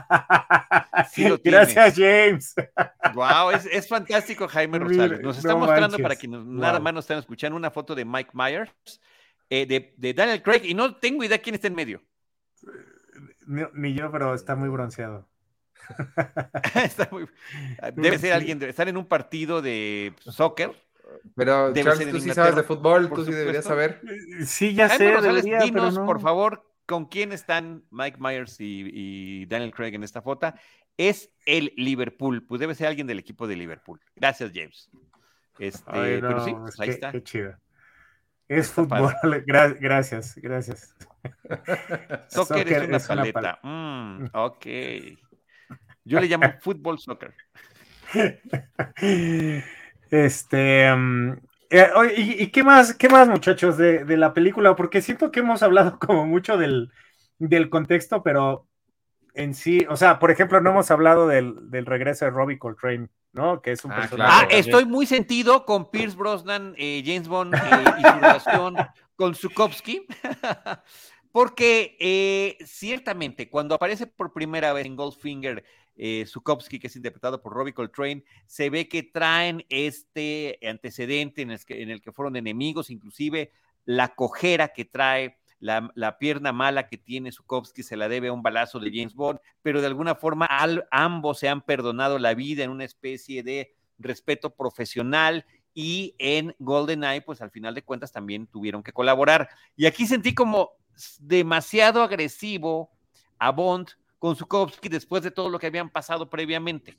Sí lo Gracias, James. Wow, es, es fantástico Jaime Rosales. Nos está no mostrando manches. Para quienes wow. nada más nos están escuchando una foto de Mike Myers, eh, de, de Daniel Craig, y no tengo idea quién está en medio. Ni, ni yo, pero está muy bronceado. Está muy, debe ser alguien, debe estar en un partido de soccer. Pero debe Charles, tú sí sabes de fútbol, tú sí deberías saber. Sí, ya Jaime sé, Rosales, debería, dinos, pero no. por favor, con quién están Mike Myers y, y Daniel Craig en esta foto. Es el Liverpool, pues debe ser alguien del equipo de Liverpool. Gracias, James. Este, Ay, no, pero sí, pues ahí qué, está. Qué chido. Es fútbol. Gra gracias, gracias. Soccer, soccer es una es paleta. Una pal mm, ok. Yo le llamo fútbol soccer. Este... Um, eh, ¿y, ¿Y qué más, qué más, muchachos, de, de la película? Porque siento que hemos hablado como mucho del, del contexto, pero en sí, o sea, por ejemplo, no hemos hablado del, del regreso de Robbie Coltrane, ¿no? Que es un ah, personaje. Claro. Ah, estoy muy sentido con Pierce Brosnan, eh, James Bond eh, y su relación con Zukovsky, porque eh, ciertamente cuando aparece por primera vez en Goldfinger eh, Zukovsky, que es interpretado por Robbie Coltrane, se ve que traen este antecedente en el que, en el que fueron enemigos, inclusive la cojera que trae. La, la pierna mala que tiene Zukovsky se la debe a un balazo de James Bond, pero de alguna forma al, ambos se han perdonado la vida en una especie de respeto profesional y en GoldenEye, pues al final de cuentas también tuvieron que colaborar. Y aquí sentí como demasiado agresivo a Bond con Zukovsky después de todo lo que habían pasado previamente.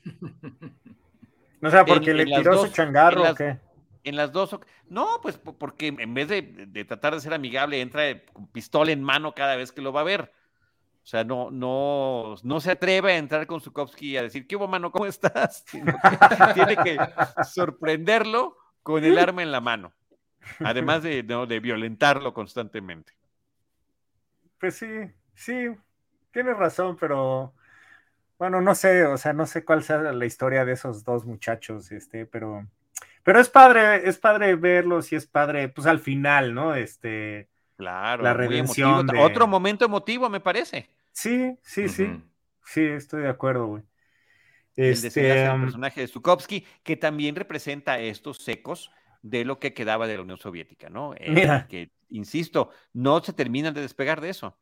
O sea, porque en, le en tiró dos, su changarro las, o qué. En las dos, no, pues porque en vez de, de tratar de ser amigable, entra con pistola en mano cada vez que lo va a ver. O sea, no, no, no se atreve a entrar con Zukovsky a decir, ¿qué hubo, mano? ¿Cómo estás? Tiene que, tiene que sorprenderlo con el arma en la mano. Además de, no, de violentarlo constantemente. Pues sí, sí, tienes razón, pero bueno, no sé, o sea, no sé cuál sea la historia de esos dos muchachos, este, pero... Pero es padre, es padre verlos y es padre, pues al final, ¿no? Este, claro, la redención de... Otro momento emotivo, me parece. Sí, sí, uh-huh. sí. Sí, estoy de acuerdo, güey. El este, desenlace del um... personaje de Zukovsky, que también representa estos secos de lo que quedaba de la Unión Soviética, ¿no? Eh, Mira. Que, insisto, no se terminan de despegar de eso.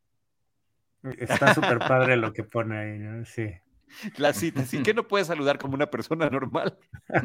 Está súper padre lo que pone ahí, ¿no? Sí. La cita, así que no puedes saludar como una persona normal.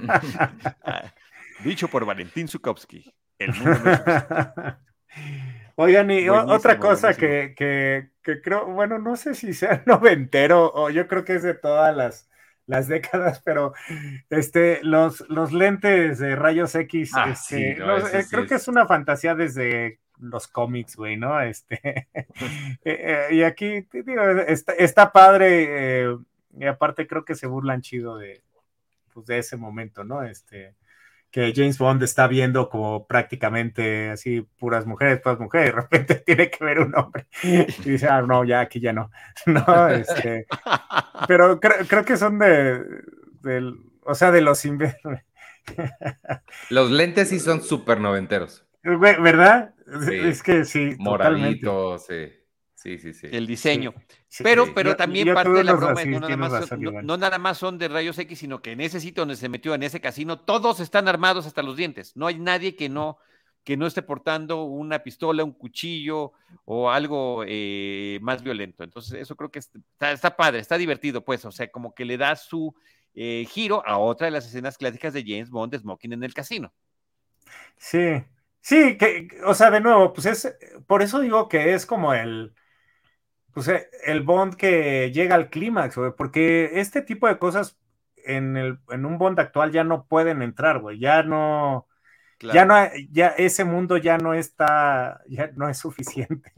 ah, dicho por Valentín Zukovsky. El mundo no es Oigan, y buenísimo, otra cosa que, que, que creo, bueno, no sé si sea noventero o yo creo que es de todas las, las décadas, pero este, los, los lentes de rayos X, ah, este, sí, no, los, eh, sí creo es... que es una fantasía desde los cómics, güey, ¿no? Este, eh, eh, y aquí, digo, está, está padre, eh, y aparte creo que se burlan chido de, pues, de ese momento, ¿no? Este, que James Bond está viendo como prácticamente así puras mujeres, puras mujeres, de repente tiene que ver un hombre y dice, ah, no, ya aquí ya no, no, este, pero creo, creo que son de, de, o sea, de los inver... Los lentes sí son súper noventeros. ¿Verdad? Sí. Es que sí, moradito, sí. Sí, sí, sí. El diseño. Sí, pero, sí. pero yo, también yo parte de la broma así, es no nada, más son, no, no nada más son de rayos X, sino que en ese sitio donde se metió, en ese casino, todos están armados hasta los dientes. No hay nadie que no, que no esté portando una pistola, un cuchillo o algo eh, más violento. Entonces, eso creo que está, está padre, está divertido, pues. O sea, como que le da su eh, giro a otra de las escenas clásicas de James Bond, de Smoking en el casino. Sí, sí, que, o sea, de nuevo, pues es, por eso digo que es como el... Pues el Bond que llega al clímax, güey, porque este tipo de cosas en, el, en un Bond actual ya no pueden entrar, güey, ya no, claro. ya no, ya ese mundo ya no está, ya no es suficiente.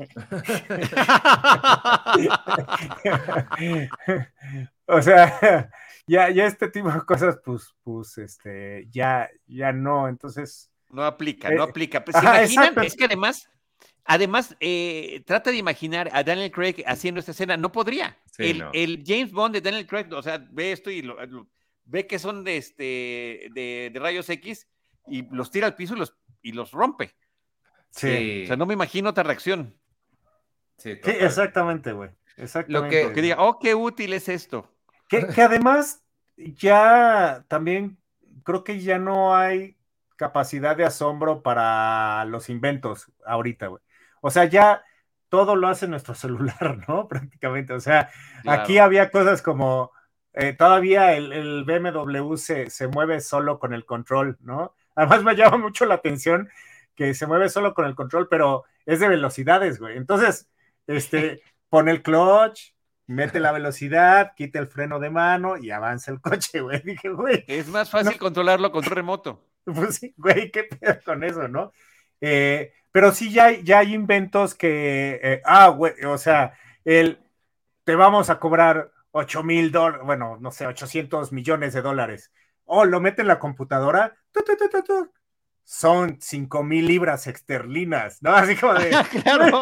O sea, ya, ya este tipo de cosas, pues, pues, este, ya, ya no, entonces. No aplica, eh, no aplica. Pues, ¿se ajá, imaginan? Exacto. Es que además... Además, eh, trata de imaginar a Daniel Craig haciendo esta escena, no podría. Sí, el, no. el James Bond de Daniel Craig, o sea, ve esto y lo, lo, ve que son de, este, de, de rayos X y los tira al piso y los, y los rompe. Sí. O sea, no me imagino otra reacción. Sí, sí exactamente, güey. Exactamente. Lo que, que diga, oh, qué útil es esto. Que, que además, ya también creo que ya no hay capacidad de asombro para los inventos ahorita, güey. O sea, ya todo lo hace nuestro celular, ¿no? Prácticamente. O sea, claro. Aquí había cosas como eh, todavía el, el B M W se, se mueve solo con el control, ¿no? Además me llama mucho la atención que se mueve solo con el control, pero es de velocidades, güey. Entonces, este, pone el clutch, mete la velocidad, quita el freno de mano y avanza el coche, güey. Dije, güey. Es más fácil no. controlarlo con control remoto. Pues sí, güey, qué pedo con eso, ¿no? Eh, pero sí ya hay, ya hay inventos que, eh, ah, güey, o sea, el, te vamos a cobrar ocho mil dólares, bueno, no sé, ochocientos millones de dólares. O lo mete en la computadora, tu, tu, tu, tu, tu, son cinco mil libras esterlinas, ¿no? Así como de... Claro,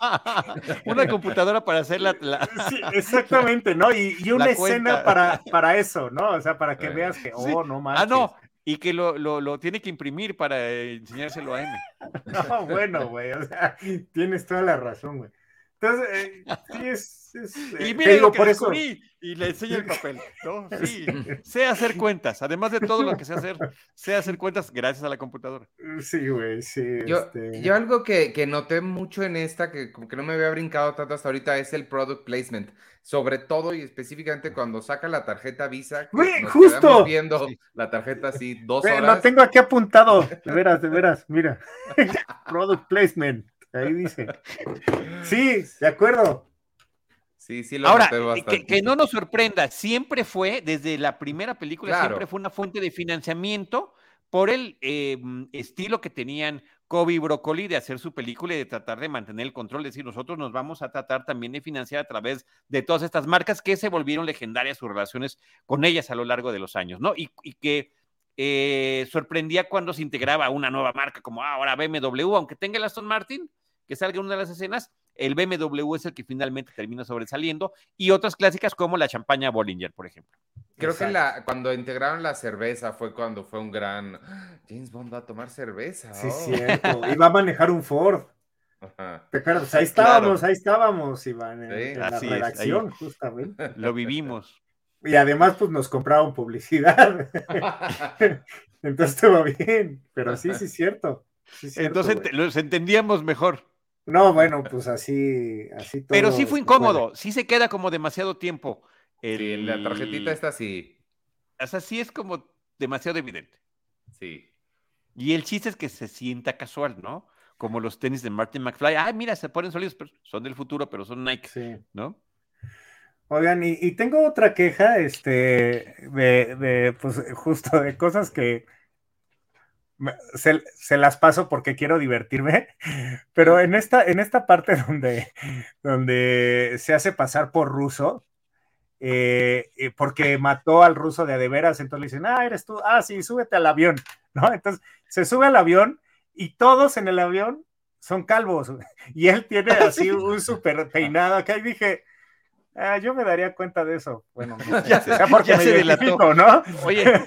una computadora para hacer la... la sí, exactamente, ¿no? Y, y una la escena cuenta. para, para eso, ¿no? O sea, para que veas que, oh, Sí. no manches. Ah, no, y que lo, lo, lo tiene que imprimir para eh, enseñárselo a M. No, bueno, güey, o sea, tienes toda la razón, güey. Entonces, eh, sí es... es eh, Y te mire digo, lo que por eso... descubrí, y le enseña el papel, ¿no? Sí, sé hacer cuentas, además de todo lo que sé hacer, sé hacer cuentas gracias a la computadora. Sí, güey, sí. Yo, este... yo algo que, que noté mucho en esta, que como que no me había brincado tanto hasta ahorita, es el product placement. Sobre todo y específicamente cuando saca la tarjeta Visa, que Güey, nos justo. quedamos viendo la tarjeta así dos Ve, horas. lo tengo aquí apuntado, de veras, de veras, mira. Product placement, ahí dice. Sí, de acuerdo. Sí, sí lo Ahora, noté bastante. que, que no nos sorprenda, siempre fue, desde la primera película, Claro. siempre fue una fuente de financiamiento por el eh, estilo que tenían Kobe y Broccoli de hacer su película y de tratar de mantener el control, es decir, nosotros nos vamos a tratar también de financiar a través de todas estas marcas que se volvieron legendarias sus relaciones con ellas a lo largo de los años, ¿no? Y, y que eh, sorprendía cuando se integraba una nueva marca como ah, ahora B M W, aunque tenga el Aston Martin, que salga en una de las escenas, el B M W es el que finalmente termina sobresaliendo, y otras clásicas como la champaña Bollinger, por ejemplo. Creo Exacto. que la, cuando integraron la cerveza fue cuando fue un gran... James Bond va a tomar cerveza. Sí, oh. cierto. Iba a manejar un Ford. Ajá. ¿Te acuerdas? Ahí estábamos, Claro. ahí estábamos, Iván, en, Sí, en la así es, redacción, ahí. justamente. Lo vivimos. Y además, pues nos compraron publicidad. Entonces estuvo bien. Pero sí, sí, es cierto. Sí, es cierto, Entonces güey. te, los entendíamos mejor. No, bueno, pues así, así todo. Pero sí fue se incómodo, puede. sí se queda como demasiado tiempo. El... Sí, la tarjetita está así. O sea, sí es como demasiado evidente. Sí. Y el chiste es que se sienta casual, ¿no? Como los tenis de Martin McFly. Ah, mira, se ponen sólidos, pero son del futuro, pero son Nike, Sí. ¿no? Oigan, y, y tengo otra queja, este, de, de, pues, justo de cosas que me- se, se las paso porque quiero divertirme, pero en esta, en esta parte donde, donde se hace pasar por ruso, eh, eh, porque mató al ruso de a de veras, entonces le dicen, ah, eres tú, ah, sí, súbete al avión, ¿no? Entonces se sube al avión y todos en el avión son calvos, y él tiene así un súper peinado acá, y dije, ah, yo me daría cuenta de eso, bueno, no sé, Ya, o sea, porque ya me se identifico, delató. ¿no? Oye,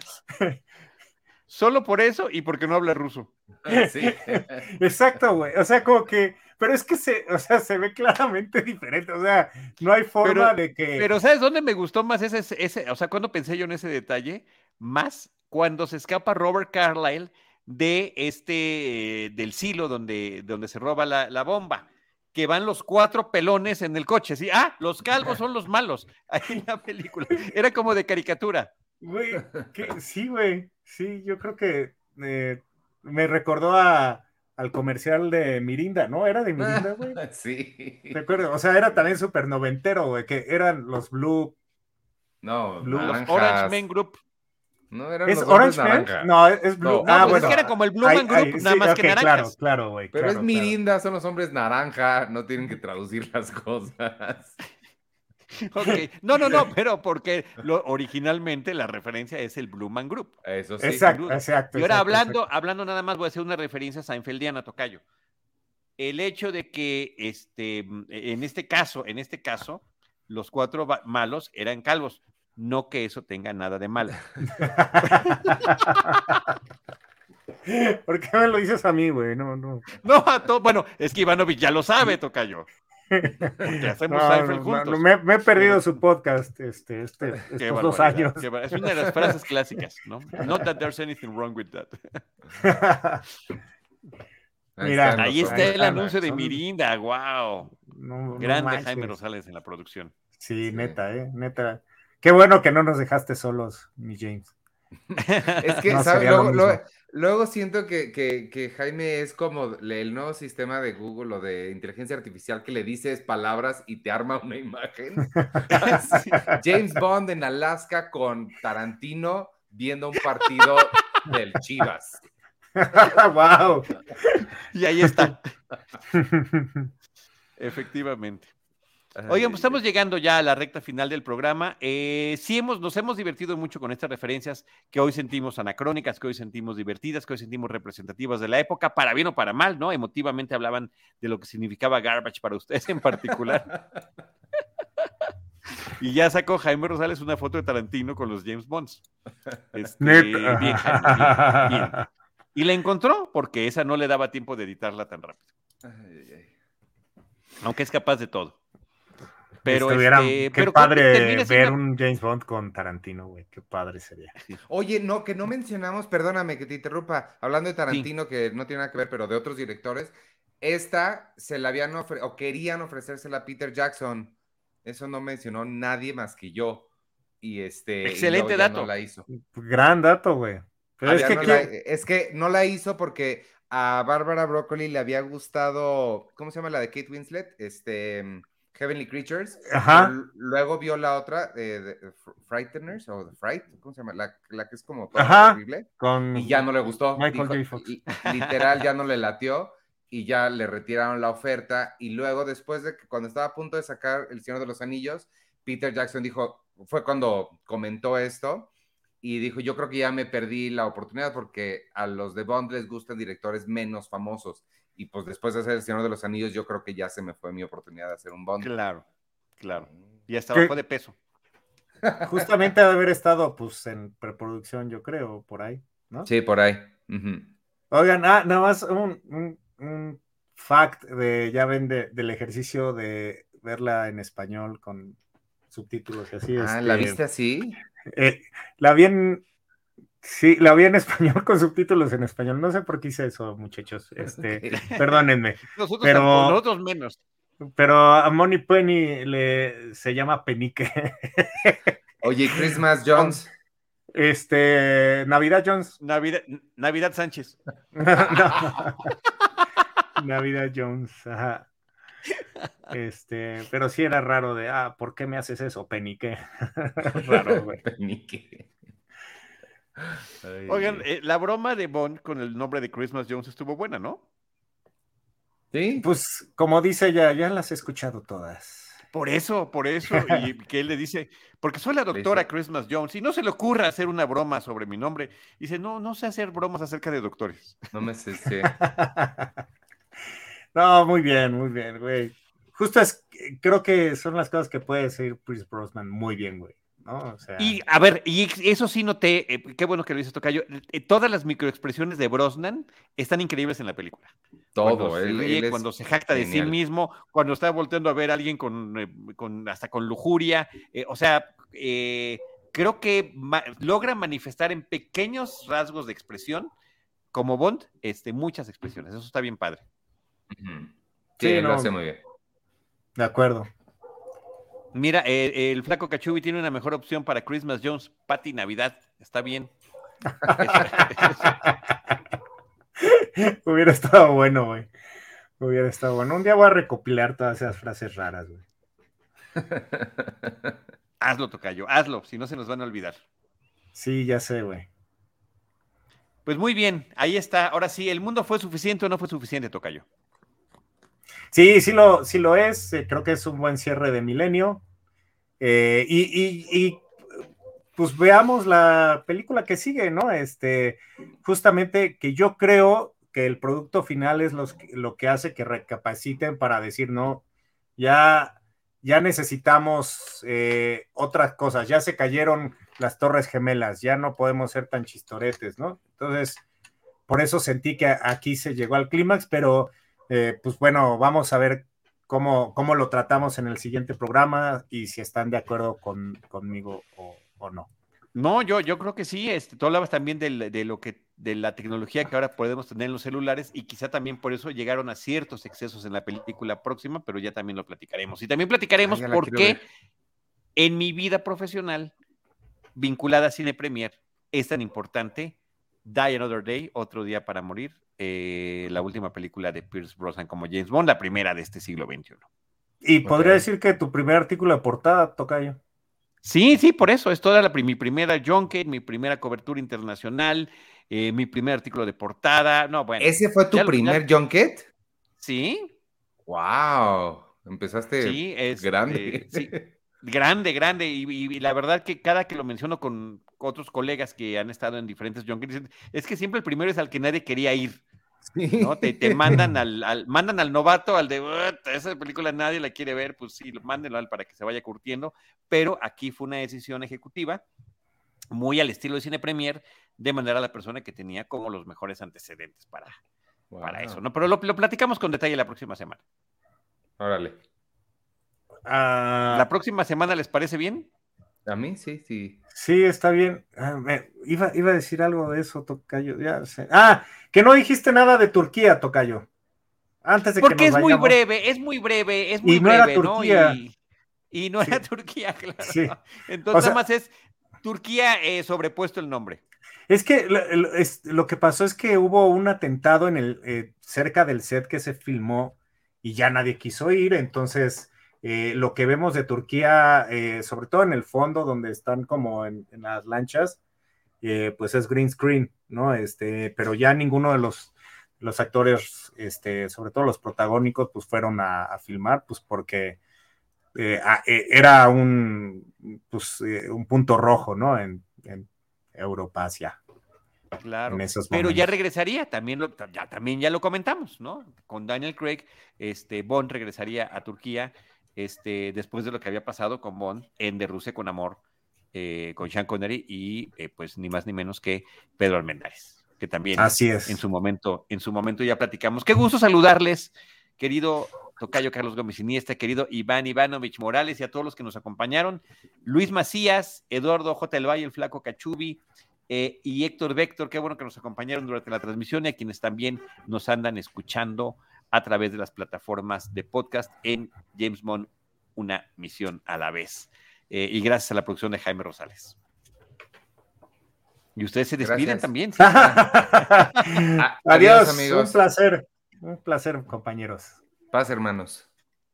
solo por eso y porque no habla ruso. Sí. Exacto, güey, o sea, como que, pero es que se, o sea, se ve claramente diferente, o sea, no hay forma Pero, de que... pero ¿sabes dónde me gustó más ese, ese, o sea, cuando pensé yo en ese detalle? Más cuando se escapa Robert Carlyle de este, del silo donde, donde se roba la, la bomba, que van los cuatro pelones en el coche, ¿sí? Ah, los calvos son los malos, ahí en la película, era como de caricatura. Güey, que- sí, güey, sí, yo creo que eh, me recordó a, al comercial de Mirinda, ¿no? ¿Era de Mirinda, güey? Sí. ¿Te acuerdas? O sea, era también súper noventero, güey, que eran los Blue... No, Blue- Los naranjas. Orange Men Group. No, eran ¿Es los hombres Orange Man? naranja. No, es Blue... No, No, ah, pues bueno. es que era como el Blue Ay, Man Group, ay, nada sí, más ok, que claro, naranjas. claro, güey. Pero claro, es Mirinda, son los hombres naranja, no tienen que traducir las cosas. Ok, no, no, no, pero porque lo, originalmente la referencia es el Blue Man Group. Eso sí. Claro. Exacto, duda. exacto. Y ahora exacto, hablando, exacto. hablando nada más, voy a hacer una referencia a Seinfeldiana, tocayo. El hecho de que este, en este caso, en este caso, los cuatro malos eran calvos. No que eso tenga nada de malo. ¿Por qué me lo dices a mí, güey? No, no. No, a todo, bueno, es que Ivanovich ya lo sabe, tocayo. Porque hacemos No, Seinfeld no, juntos. no, me, me he perdido su podcast este, este, Qué estos dos barbaridad, años. qué bar... Es una de las frases clásicas, ¿no? Not that there's anything wrong with that. Ahí Mira, están Ahí los está hombres el anuncio de son- Mirinda, wow. No, no Grande manches. Jaime Rosales en la producción. Sí, Sí. neta, eh, neta. Qué bueno que no nos dejaste solos, mi James. Es que, No, ¿sabes? sería lo Luego, mismo. luego, luego siento que, que, que Jaime es como el nuevo sistema de Google o de inteligencia artificial que le dices palabras y te arma una imagen. Sí. James Bond en Alaska con Tarantino viendo un partido del Chivas. ¡Wow! Y ahí está. Efectivamente. Oigan, pues estamos llegando ya a la recta final del programa. Eh, sí hemos, nos hemos divertido mucho con estas referencias que hoy sentimos anacrónicas, que hoy sentimos divertidas, que hoy sentimos representativas de la época, para bien o para mal, ¿no? Emotivamente hablaban de lo que significaba Garbage para ustedes en particular. Y ya sacó Jaime Rosales una foto de Tarantino con los James Bonds. Este, bien, Jaime, bien, bien. Y la encontró porque esa no le daba tiempo de editarla tan rápido. Ay, ay. Aunque es capaz de todo. Pero, Estuviera, este, qué pero padre ver siendo... un James Bond con Tarantino, güey. Qué padre sería. Oye, no, que no mencionamos, perdóname que te interrumpa, hablando de Tarantino, sí, que no tiene nada que ver, pero de otros directores, esta se la habían ofrecido, o querían ofrecérsela a Peter Jackson. Eso no mencionó nadie más que yo. Y este. Excelente y dato. No la hizo. Gran dato, güey. Pero es que, no la, es que no la hizo porque a Bárbara Broccoli le había gustado. ¿Cómo se llama la de Kate Winslet? Este. Heavenly Creatures. Ajá. Luego vio la otra, eh, de, de Frighteners, o The Fright, ¿cómo se llama? La, la que es como Ajá, horrible. Con y ya no le gustó. Michael Dijo, J. Fox. Literal, ya no le latió y ya le retiraron la oferta. Y luego, después de que cuando estaba a punto de sacar El Señor de los Anillos, Peter Jackson dijo, fue cuando comentó esto, y dijo, yo creo que ya me perdí la oportunidad porque a los de Bond les gustan directores menos famosos. Y pues después de hacer El Señor de los Anillos, yo creo que ya se me fue mi oportunidad de hacer un Bond. Claro, claro. Y hasta bajó de peso. Justamente de haber estado, pues, en preproducción, yo creo, por ahí, ¿no? Sí, por ahí. Uh-huh. Oigan, ah, nada más un, un, un fact de, ya ven, de, del ejercicio de verla en español con subtítulos y así. Ah, este, ¿la viste así? Eh, la vi en... Sí, la vi en español con subtítulos en español. No sé por qué hice eso, muchachos. Este, okay. Perdónenme. Nosotros, pero, nosotros menos. Pero a Money Penny le, se llama Penique. Oye, Christmas Jones. Este, Navidad Jones. Navidad, Navidad Sánchez. No. Navidad Jones, ajá. Este, pero sí era raro de, ah, ¿por qué me haces eso? Penique. Raro, güey. Penique. Ay, Oigan, eh, la broma de Bond con el nombre de Christmas Jones estuvo buena, ¿no? Sí. Pues, como dice ella, ya las he escuchado todas. Por eso, por eso, y que él le dice, porque soy la doctora Christmas Jones, y no se le ocurra hacer una broma sobre mi nombre. Y dice, no, no sé hacer bromas acerca de doctores. No me sé, sí. No, muy bien, muy bien, güey. Justo es, creo que son las cosas que puede decir Pierce Brosnan muy bien, güey. ¿No? O sea... Y a ver, y eso sí noté, eh, qué bueno que lo dices, Tocayo, eh, todas las microexpresiones de Brosnan están increíbles en la película. Todo, cuando él, se ríe, él cuando se jacta genial. de sí mismo, cuando está volteando a ver a alguien con, eh, con hasta con lujuria, eh, o sea, eh, creo que ma logra manifestar en pequeños rasgos de expresión, como Bond, este, muchas expresiones, eso está bien padre. Uh-huh. Sí, sí, él no, lo hace muy bien. De acuerdo. Mira, eh, el flaco Cachubi tiene una mejor opción para Christmas Jones, Patty Navidad. Está bien. Hubiera estado bueno, güey. Hubiera estado bueno. Un día voy a recopilar todas esas frases raras, güey. Hazlo, Tocayo, hazlo, si no se nos van a olvidar. Sí, ya sé, güey. Pues muy bien, ahí está. Ahora sí, ¿el mundo fue suficiente o no fue suficiente, Tocayo? Sí, sí lo, sí lo es. Eh, creo que es un buen cierre de milenio. Eh, y, y, y pues veamos la película que sigue, ¿no? Este, justamente que yo creo que el producto final es los, lo que hace que recapaciten para decir, no, ya, ya necesitamos eh, otras cosas, ya se cayeron las Torres Gemelas, ya no podemos ser tan chistoretes, ¿no? Entonces, por eso sentí que aquí se llegó al clímax, pero Eh, pues bueno, vamos a ver cómo, cómo lo tratamos en el siguiente programa y si están de acuerdo con, conmigo o, o no. No, yo, yo creo que sí. Este, tú hablabas también de, de lo que, de la tecnología que ahora podemos tener en los celulares y quizá también por eso llegaron a ciertos excesos en la película próxima, pero ya también lo platicaremos. Y también platicaremos Ay, por qué en mi vida profesional vinculada a Cine Premier es tan importante Die Another Day, Otro Día para Morir, Eh, la última película de Pierce Brosnan como James Bond, la primera de este siglo veintiuno. Y okay. Podría decir que tu primer artículo de portada, Tocayo. Sí, sí, por eso, es toda la, mi primera junket, mi primera cobertura internacional, eh, mi primer artículo de portada. No, bueno. ¿Ese fue tu ya, primer ya, junket? Sí. ¡Wow! Empezaste sí, es, grande. Eh, sí, grande, grande. Y, y, y la verdad que cada que lo menciono con otros colegas que han estado en diferentes junkets, es que siempre el primero es al que nadie quería ir. ¿No? Te, te mandan al, al, mandan al novato, al de esa película nadie la quiere ver, pues sí, mándenlo al para que se vaya curtiendo, pero aquí fue una decisión ejecutiva, muy al estilo de Cine Premier, de mandar a la persona que tenía como los mejores antecedentes para, wow. para eso, ¿no? Pero lo, lo platicamos con detalle la próxima semana. Órale. Uh, ¿La próxima semana les parece bien? A mí sí, sí. Sí, está bien. Ah, me, iba, iba a decir algo de eso, Tocayo. Ya sé. Ah, que no dijiste nada de Turquía, Tocayo. Antes de Porque que nos es muy vayamos. breve, es muy breve, es muy y no breve, era Turquía. ¿no? Y, y no sí. era Turquía, claro. Sí. Entonces, o sea, nada más es Turquía eh, sobrepuesto el nombre. Es que lo, es, lo que pasó es que hubo un atentado en el, eh, cerca del set que se filmó y ya nadie quiso ir, entonces eh, lo que vemos de Turquía, eh, sobre todo en el fondo donde están como en, en las lanchas, eh, pues es green screen, ¿no? Este, pero ya ninguno de los, los actores, este, sobre todo los protagónicos, pues fueron a, a filmar, pues porque eh, a, eh, era un, pues, eh, un punto rojo, ¿no? En, en Europa, Asia. Claro, en esos pero momentos. ya regresaría, también, lo, ya, también ya lo comentamos, ¿no? Con Daniel Craig, este, Bond regresaría a Turquía, este, después de lo que había pasado con Bond en De Rusia con Amor, eh, con Sean Connery y eh, pues ni más ni menos que Pedro Armendáriz, que también Así es. en su momento, en su momento ya platicamos. Qué gusto saludarles, querido tocayo Carlos Gómez Iniesta, querido Iván Ivanovich Morales y a todos los que nos acompañaron, Luis Macías, Eduardo J. El Valle, el Flaco Cachubi, Eh, y Héctor Véctor, qué bueno que nos acompañaron durante la transmisión y a quienes también nos andan escuchando a través de las plataformas de podcast en James Bond, una misión a la vez. Eh, y gracias a la producción de Jaime Rosales. Y ustedes se despiden gracias. También. ¿Sí? Adiós, Adiós, amigos. Un placer, un placer, compañeros. Paz, hermanos.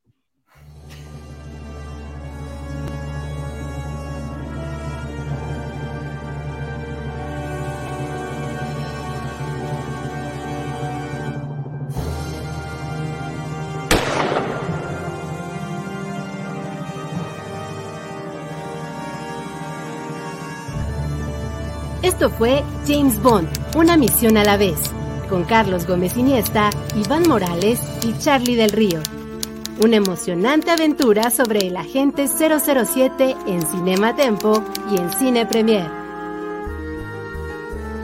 Esto fue James Bond, una misión a la vez, con Carlos Gómez Iniesta, Iván Morales y Charlie del Río. Una emocionante aventura sobre el agente cero cero siete en Cinema Tempo y en Cine Premier.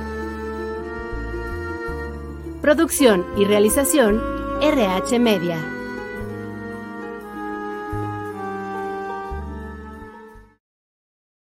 Producción y realización, R H Media.